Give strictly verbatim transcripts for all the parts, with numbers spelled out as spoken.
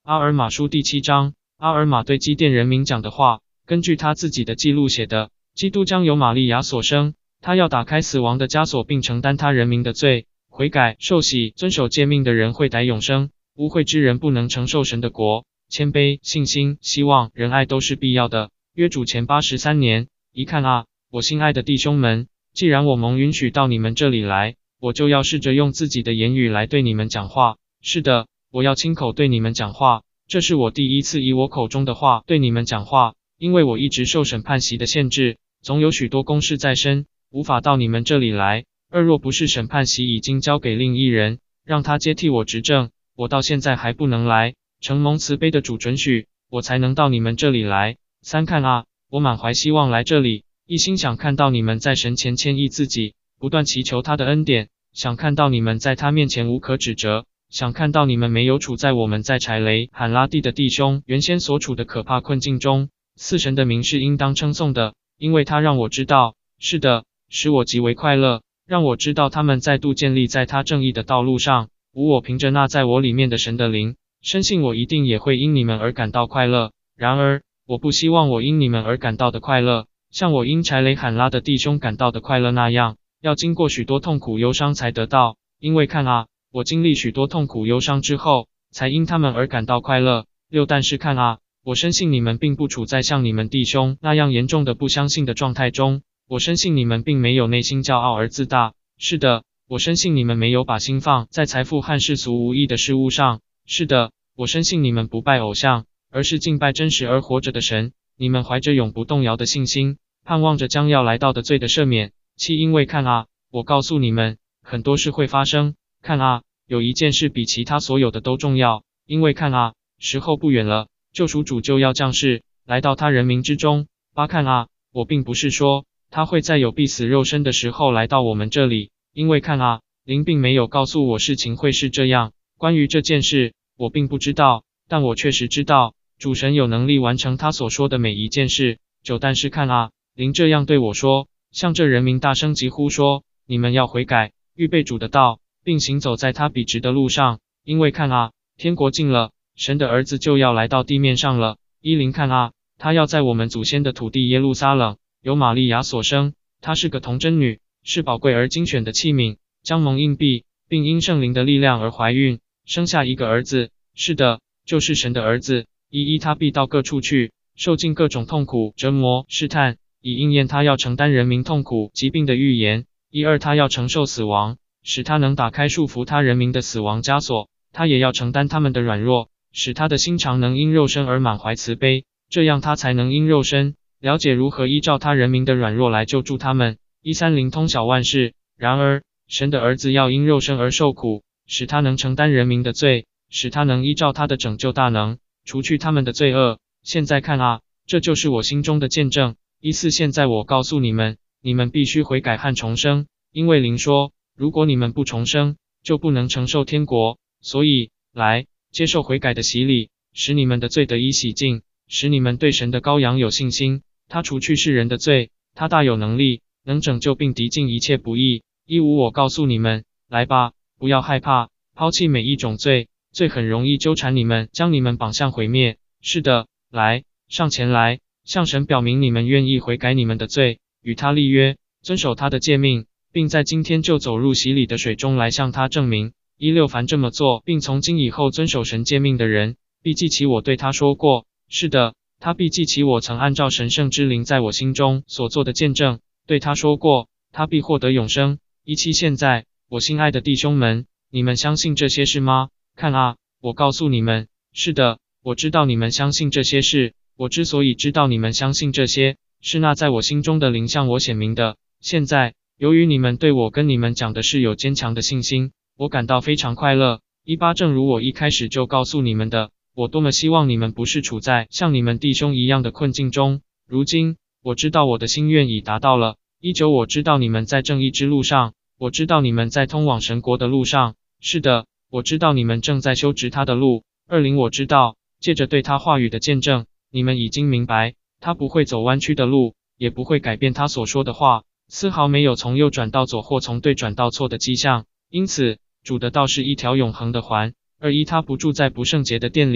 阿尔玛书第七章，阿尔玛对基甸人民讲的话，根据他自己的记录写的，基督将由玛利亚所生，他要打开死亡的枷锁并承担他人民的罪，悔改、受洗、遵守诫命的人会得永生，污秽之人不能承受神的国。谦卑、信心、希望、仁爱都是必要的。约主前八十三年，一看啊，我心爱的弟兄们，既然我蒙允许到你们这里来，我就要试着用自己的言语来对你们讲话。是的，我要亲口对你们讲话，这是我第一次以我口中的话对你们讲话，因为我一直受审判席的限制，总有许多公事在身，无法到你们这里来。二若不是审判席已经交给另一人，让他接替我执政，我到现在还不能来。承蒙慈悲的主准许，我才能到你们这里来。三看啊，我满怀希望来这里，一心想看到你们在神前谦抑自己，不断祈求他的恩典，想看到你们在他面前无可指责，想看到你们没有处在我们在柴雷罕拉地的弟兄原先所处的可怕困境中。四神的名是应当称颂的，因为他让我知道，是的，使我极为快乐，让我知道他们再度建立在他正义的道路上。无我凭着那在我里面的神的灵，深信我一定也会因你们而感到快乐。然而，我不希望我因你们而感到的快乐，像我因柴雷罕拉的弟兄感到的快乐那样，要经过许多痛苦忧伤才得到。因为看啊，我经历许多痛苦忧伤之后，才因他们而感到快乐。六但是看啊，我深信你们并不处在像你们弟兄那样严重的不相信的状态中，我深信你们并没有内心骄傲而自大。是的，我深信你们没有把心放在财富和世俗无益的事物上。是的，我深信你们不拜偶像，而是敬拜真实而活着的神。你们怀着永不动摇的信心，盼望着将要来到的罪的赦免。七因为看啊，我告诉你们，很多事会发生。看啊，有一件事比其他所有的都重要。因为看啊，时候不远了，救赎主就要降世，来到他人民之中。八看啊，我并不是说他会在有必死肉身的时候来到我们这里，因为看啊，灵并没有告诉我事情会是这样。关于这件事，我并不知道，但我确实知道，主神有能力完成他所说的每一件事。九但是看啊，灵这样对我说，向这人民大声疾呼说，你们要悔改，预备主的道，并行走在他笔直的路上。因为看啊，天国近了，神的儿子就要来到地面上了。一灵看啊，他要在我们祖先的土地耶路撒冷，由玛利亚所生，她是个童贞女，是宝贵而精选的器皿，将蒙硬币，并因圣灵的力量而怀孕，生下一个儿子。是的，就是神的儿子。一一他必到各处去，受尽各种痛苦、折磨、试探，以应验他要承担人民痛苦、疾病的预言。一二他要承受死亡，使他能打开束缚他人民的死亡枷锁，他也要承担他们的软弱，使他的心肠能因肉身而满怀慈悲，这样他才能因肉身了解如何依照他人民的软弱来救助他们。一三灵通晓万事，然而神的儿子要因肉身而受苦，使他能承担人民的罪，使他能依照他的拯救大能除去他们的罪恶。现在看啊，这就是我心中的见证。一四现在我告诉你们，你们必须悔改和重生，因为灵说，如果你们不重生，就不能承受天国。所以，来，接受悔改的洗礼，使你们的罪得以洗净，使你们对神的羔羊有信心。他除去世人的罪，他大有能力，能拯救并涤净一切不义。一五我告诉你们，来吧，不要害怕，抛弃每一种罪，罪很容易纠缠你们，将你们绑向毁灭。是的，来，上前来，向神表明你们愿意悔改你们的罪，与他立约，遵守他的诫命，并在今天就走入洗礼的水中来向他证明。一六凡这么做，并从今以后遵守神诫命的人，必记起我对他说过。是的，他必记起我曾按照神圣之灵在我心中所做的见证，对他说过，他必获得永生。一七现在，我心爱的弟兄们，你们相信这些事吗？看啊，我告诉你们，是的，我知道你们相信这些事。我之所以知道你们相信这些，是那在我心中的灵向我显明的。现在，由于你们对我跟你们讲的事有坚强的信心，我感到非常快乐。一八正如我一开始就告诉你们的，我多么希望你们不是处在像你们弟兄一样的困境中。如今，我知道我的心愿已达到了。一九我知道你们在正义之路上，我知道你们在通往神国的路上。是的，我知道你们正在修直他的路。二零我知道，借着对他话语的见证，你们已经明白，他不会走弯曲的路，也不会改变他所说的话，丝毫没有从右转到左或从对转到错的迹象。因此，主的道是一条永恒的环。二一他不住在不圣洁的殿里，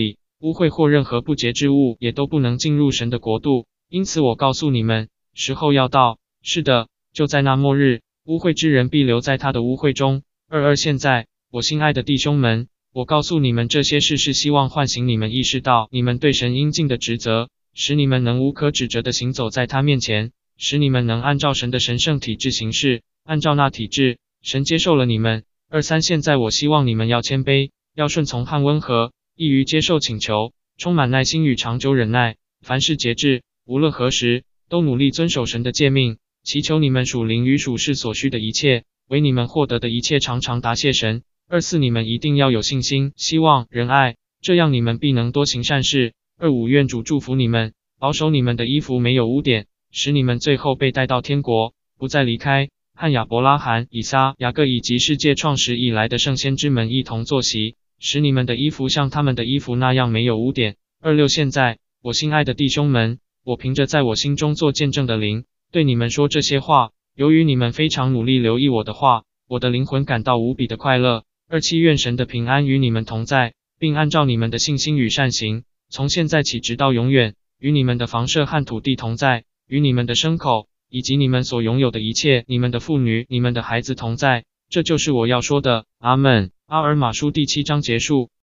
污秽或任何不洁之物也都不能进入神的国度。因此我告诉你们，时候要到，是的，就在那末日，污秽之人必留在他的污秽中。二二现在，我心爱的弟兄们，我告诉你们这些事是希望唤醒你们意识到你们对神应尽的职责，使你们能无可指责地行走在他面前，使你们能按照神的神圣体制行事，按照那体制，神接受了你们。二三现在我希望你们要谦卑，要顺从和温和，易于接受请求，充满耐心与长久忍耐，凡事节制，无论何时，都努力遵守神的诫命，祈求你们属灵与属世所需的一切，为你们获得的一切常常答谢神。二四你们一定要有信心、希望、仁爱，这样你们必能多行善事。二五愿主祝福你们，保守你们的衣服没有污点，使你们最后被带到天国，不再离开，和亚伯拉罕、以撒、雅各以及世界创始以来的圣先知们一同坐席，使你们的衣服像他们的衣服那样没有污点。二六现在，我心爱的弟兄们，我凭着在我心中做见证的灵，对你们说这些话，由于你们非常努力留意我的话，我的灵魂感到无比的快乐。二七愿神的平安与你们同在，并按照你们的信心与善行，从现在起直到永远，与你们的房舍和土地同在，与你们的牲口，以及你们所拥有的一切，你们的妇女、你们的孩子同在。这就是我要说的。阿们。阿尔马书第七章结束。